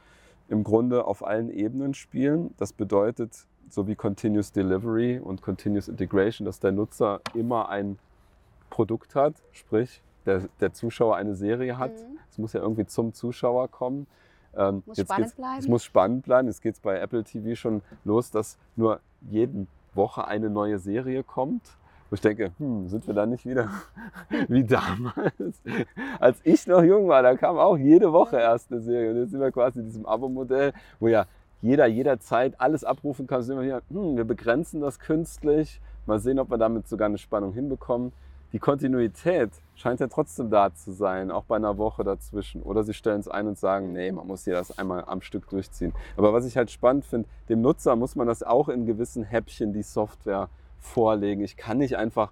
im Grunde auf allen Ebenen spielen. Das bedeutet, so wie Continuous Delivery und Continuous Integration, dass der Nutzer immer ein Produkt hat, sprich der Zuschauer eine Serie hat. Es muss ja irgendwie zum Zuschauer kommen. Muss spannend bleiben. Es muss spannend bleiben. Jetzt geht es bei Apple TV schon los, dass nur jede Woche eine neue Serie kommt. Wo ich denke, sind wir da nicht wieder wie damals? Als ich noch jung war, da kam auch jede Woche erst eine Serie. Und jetzt sind wir quasi in diesem Abo-Modell, wo ja jeder jederzeit alles abrufen kann. Sind wir hier, wir begrenzen das künstlich. Mal sehen, ob wir damit sogar eine Spannung hinbekommen. Die Kontinuität scheint ja trotzdem da zu sein, auch bei einer Woche dazwischen. Oder sie stellen es ein und sagen, nee, man muss hier das einmal am Stück durchziehen. Aber was ich halt spannend finde, dem Nutzer muss man das auch in gewissen Häppchen, die Software, vorlegen. Ich kann nicht einfach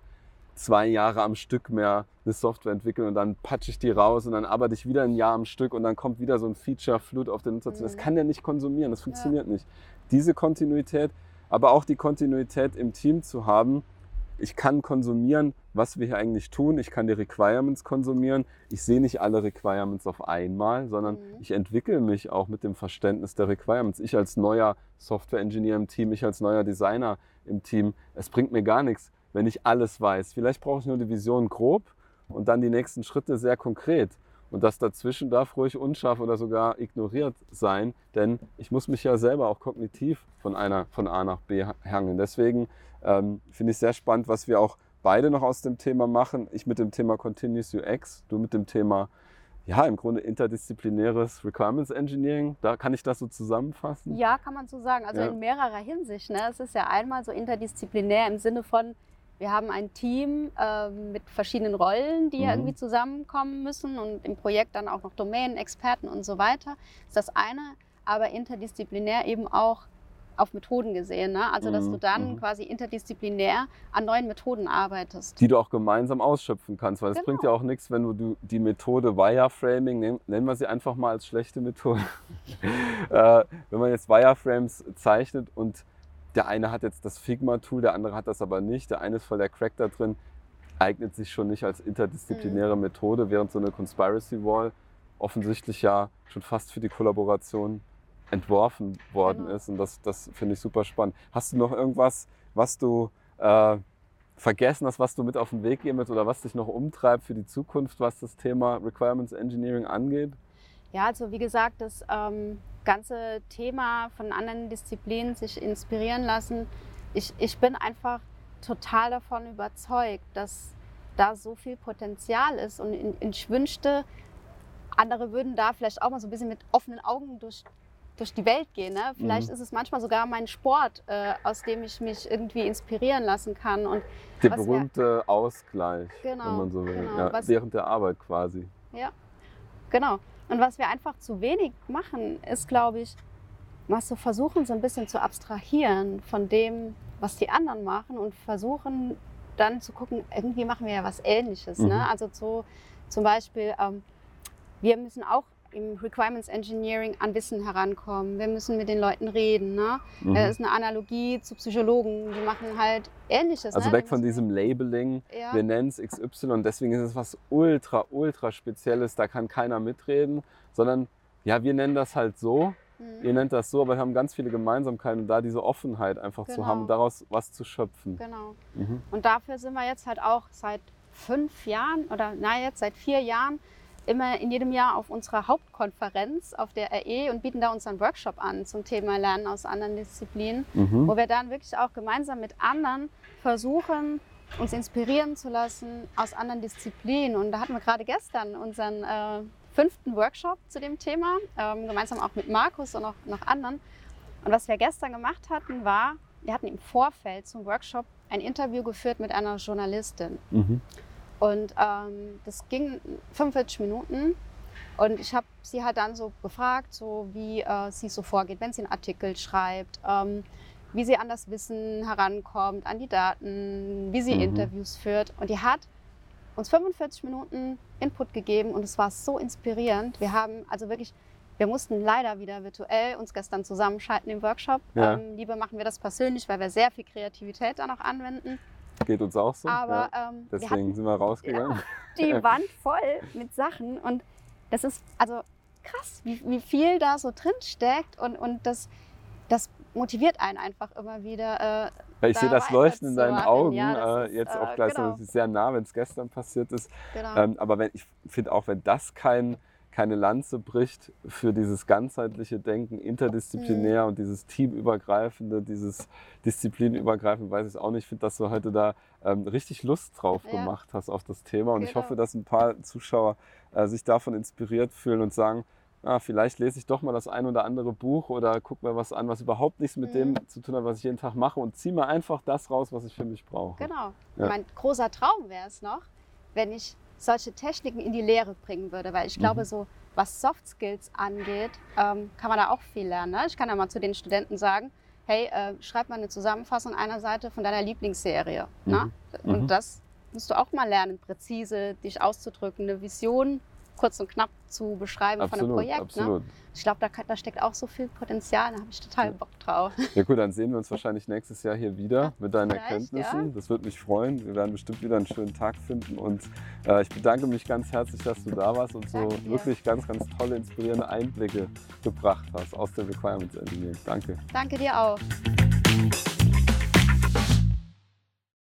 2 Jahre am Stück mehr eine Software entwickeln und dann patsche ich die raus und dann arbeite ich wieder ein Jahr am Stück und dann kommt wieder so ein Feature-Flut auf den Nutzer zu. Das kann der nicht konsumieren, das funktioniert nicht. Diese Kontinuität, aber auch die Kontinuität im Team zu haben, ich kann konsumieren, was wir hier eigentlich tun. Ich kann die Requirements konsumieren. Ich sehe nicht alle Requirements auf einmal, sondern ich entwickle mich auch mit dem Verständnis der Requirements. Ich als neuer Software-Engineer im Team, ich als neuer Designer im Team. Es bringt mir gar nichts, wenn ich alles weiß. Vielleicht brauche ich nur die Vision grob und dann die nächsten Schritte sehr konkret. Und das dazwischen darf ruhig unscharf oder sogar ignoriert sein, denn ich muss mich ja selber auch kognitiv von A nach B hangeln. Deswegen finde ich sehr spannend, was wir auch beide noch aus dem Thema machen. Ich mit dem Thema Continuous UX, du mit dem Thema, ja, im Grunde interdisziplinäres Requirements Engineering. Da kann ich das so zusammenfassen? Ja, kann man so sagen. Also in mehrerer Hinsicht. Ne? Es ist ja einmal so interdisziplinär im Sinne von, wir haben ein Team mit verschiedenen Rollen, die ja irgendwie zusammenkommen müssen und im Projekt dann auch noch Domänen, Experten und so weiter. Das ist das eine, aber interdisziplinär eben auch auf Methoden gesehen. Ne? Also dass du dann quasi interdisziplinär an neuen Methoden arbeitest. Die du auch gemeinsam ausschöpfen kannst, weil es bringt ja auch nichts, wenn du die Methode Wireframing, nennen wir sie einfach mal als schlechte Methode, wenn man jetzt Wireframes zeichnet und der eine hat jetzt das Figma-Tool, der andere hat das aber nicht, der eine ist voll der Crack da drin, eignet sich schon nicht als interdisziplinäre Methode, während so eine Conspiracy Wall offensichtlich ja schon fast für die Kollaboration entworfen worden ist. Und das finde ich super spannend. Hast du noch irgendwas, was du vergessen hast, was du mit auf den Weg geben willst oder was dich noch umtreibt für die Zukunft, was das Thema Requirements Engineering angeht? Ja, also wie gesagt, das ganze Thema von anderen Disziplinen sich inspirieren lassen. Ich bin einfach total davon überzeugt, dass da so viel Potenzial ist und ich wünschte, andere würden da vielleicht auch mal so ein bisschen mit offenen Augen durch die Welt gehen. Ne? Vielleicht ist es manchmal sogar mein Sport, aus dem ich mich irgendwie inspirieren lassen kann. Und der berühmte Ausgleich, wenn genau, man so will. genau. Ja, während der Arbeit quasi. Ja, genau. Und was wir einfach zu wenig machen, ist, glaube ich, mal so versuchen, so ein bisschen zu abstrahieren von dem, was die anderen machen und versuchen dann zu gucken, irgendwie machen wir ja was Ähnliches. Ne? Also so, zum Beispiel, wir müssen auch im Requirements Engineering an Wissen herankommen. Wir müssen mit den Leuten reden. Ne? Das ist eine Analogie zu Psychologen, die machen halt Ähnliches. Also ne? weg von diesem Labeling, wir nennen es XY, deswegen ist es was ultra Spezielles, da kann keiner mitreden, sondern ja, wir nennen das halt so, ihr nennt das so, aber wir haben ganz viele Gemeinsamkeiten und da diese Offenheit einfach zu haben, daraus was zu schöpfen. Genau. Und dafür sind wir jetzt halt auch seit 5 Jahren oder jetzt seit 4 Jahren immer in jedem Jahr auf unserer Hauptkonferenz auf der RE und bieten da unseren Workshop an zum Thema Lernen aus anderen Disziplinen, wo wir dann wirklich auch gemeinsam mit anderen versuchen, uns inspirieren zu lassen aus anderen Disziplinen. Und da hatten wir gerade gestern unseren 5. Workshop zu dem Thema, gemeinsam auch mit Markus und auch noch anderen. Und was wir gestern gemacht hatten, war, wir hatten im Vorfeld zum Workshop ein Interview geführt mit einer Journalistin. Und das ging 45 Minuten und ich habe sie halt dann so gefragt, so wie sie so vorgeht, wenn sie einen Artikel schreibt, wie sie an das Wissen herankommt, an die Daten, wie sie Interviews führt. Und die hat uns 45 Minuten Input gegeben und es war so inspirierend. Wir mussten leider wieder virtuell uns gestern zusammenschalten im Workshop. Ja. Lieber machen wir das persönlich, weil wir sehr viel Kreativität da noch anwenden. Geht uns auch so. Aber deswegen sind wir rausgegangen. Die Wand voll mit Sachen und das ist also krass, wie viel da so drin steckt und das motiviert einen einfach immer wieder. Ich sehe das Leuchten in deinen Augen, ja, jetzt auch gleich genau. sehr nah, wenn es gestern passiert ist. Genau. Aber ich finde auch, wenn das keine Lanze bricht für dieses ganzheitliche Denken, interdisziplinär und dieses teamübergreifende, dieses disziplinübergreifende, weiß ich es auch nicht. Ich finde, dass du heute da richtig Lust drauf gemacht hast auf das Thema. Und ich hoffe, dass ein paar Zuschauer sich davon inspiriert fühlen und sagen, vielleicht lese ich doch mal das ein oder andere Buch oder gucke mir was an, was überhaupt nichts mit dem zu tun hat, was ich jeden Tag mache und ziehe mir einfach das raus, was ich für mich brauche. Genau. Ja. Mein großer Traum wäre es noch, wenn ich solche Techniken in die Lehre bringen würde, weil ich glaube, so was Soft Skills angeht, kann man da auch viel lernen. Ne? Ich kann ja mal zu den Studenten sagen, hey, schreib mal eine Zusammenfassung einer Seite von deiner Lieblingsserie. Ne? Und das musst du auch mal lernen, präzise dich auszudrücken, eine Vision kurz und knapp zu beschreiben von einem Projekt. Absolut. Ne? Ich glaube, da steckt auch so viel Potenzial, da habe ich total Bock drauf. Ja gut, dann sehen wir uns wahrscheinlich nächstes Jahr hier wieder mit deinen Vielleicht, Erkenntnissen. ja. Das würde mich freuen. Wir werden bestimmt wieder einen schönen Tag finden und ich bedanke mich ganz herzlich, dass du da warst und so Danke dir. wirklich ganz, ganz tolle, inspirierende Einblicke gebracht hast aus dem Requirements Engineering. Danke. Danke dir auch.